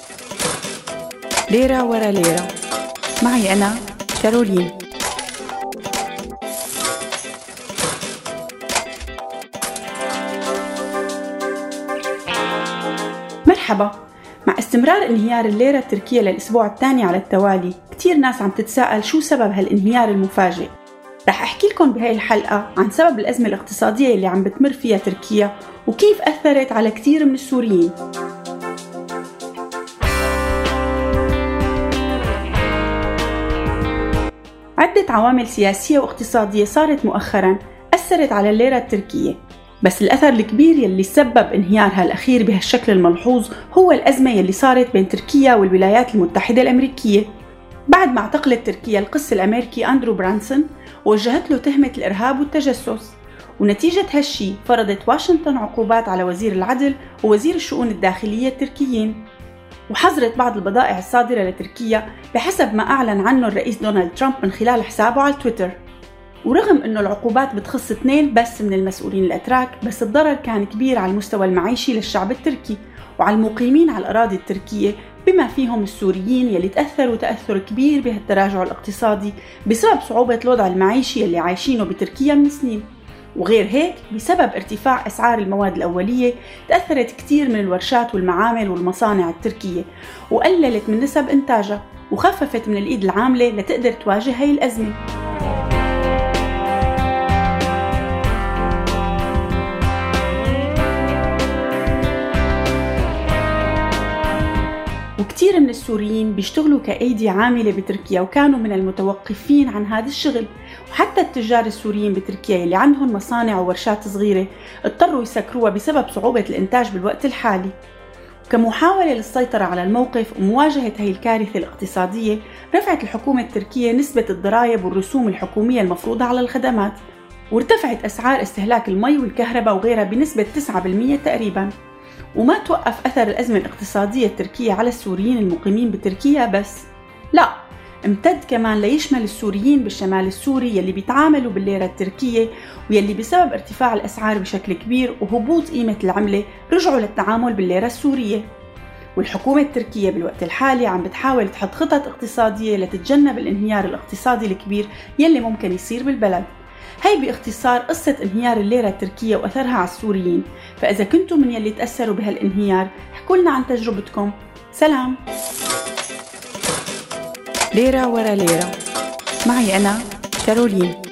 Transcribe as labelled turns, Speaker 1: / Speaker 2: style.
Speaker 1: ليرة ورا ليرة، معي أنا كارولين. مرحبا. مع استمرار انهيار الليرة التركية للأسبوع الثاني على التوالي، كتير ناس عم تتساءل شو سبب هالانهيار المفاجئ. رح أحكي لكم بهاي الحلقة عن سبب الأزمة الاقتصادية اللي عم بتمر فيها تركيا وكيف أثرت على كتير من السوريين. عدة عوامل سياسية واقتصادية صارت مؤخراً أثرت على الليرة التركية، بس الأثر الكبير يلي سبب انهيارها الأخير بهالشكل الملحوظ هو الأزمة يلي صارت بين تركيا والولايات المتحدة الأمريكية. بعد ما اعتقلت تركيا القس الأمريكي أندرو برانسون ووجهت له تهمة الإرهاب والتجسس، ونتيجة هالشي فرضت واشنطن عقوبات على وزير العدل ووزير الشؤون الداخلية التركيين، وحظرت بعض البضائع الصادرة لتركيا بحسب ما أعلن عنه الرئيس دونالد ترامب من خلال حسابه على تويتر. ورغم أنه العقوبات بتخص 2 بس من المسؤولين الأتراك، بس الضرر كان كبير على المستوى المعيشي للشعب التركي وعلى المقيمين على الأراضي التركية، بما فيهم السوريين يلي تأثروا تأثر كبير بهالتراجع الاقتصادي بسبب صعوبة الوضع المعيشي يلي عايشينه بتركيا من سنين. وغير هيك بسبب ارتفاع أسعار المواد الأولية تأثرت كتير من الورشات والمعامل والمصانع التركية وقللت من نسب إنتاجها وخففت من الإيد العاملة لتقدر تواجه هاي الأزمة. وكتير من السوريين بيشتغلوا كأيدي عاملة بتركيا وكانوا من المتوقفين عن هذا الشغل، وحتى التجار السوريين بتركيا اللي عندهم مصانع وورشات صغيرة اضطروا يسكروها بسبب صعوبة الإنتاج بالوقت الحالي. كمحاولة للسيطرة على الموقف ومواجهة هاي الكارثة الاقتصادية، رفعت الحكومة التركية نسبة الضرائب والرسوم الحكومية المفروضة على الخدمات، وارتفعت أسعار استهلاك المي والكهرباء وغيرها بنسبة 9% تقريباً. وما توقف أثر الأزمة الاقتصادية التركية على السوريين المقيمين بتركيا بس، لا، امتد كمان ليشمل السوريين بالشمال السوري يلي بيتعاملوا بالليرة التركية، ويلي بسبب ارتفاع الأسعار بشكل كبير وهبوط قيمة العملة رجعوا للتعامل بالليرة السورية. والحكومة التركية بالوقت الحالي عم بتحاول تحط خطط اقتصادية لتتجنب الانهيار الاقتصادي الكبير يلي ممكن يصير بالبلد. هاي باختصار قصة انهيار الليرة التركية وأثرها على السوريين. فإذا كنتم من يلي تأثروا بهالانهيار احكوا لنا عن تجربتكم. سلام.
Speaker 2: ليرة ورا ليرة، معي أنا كارولين.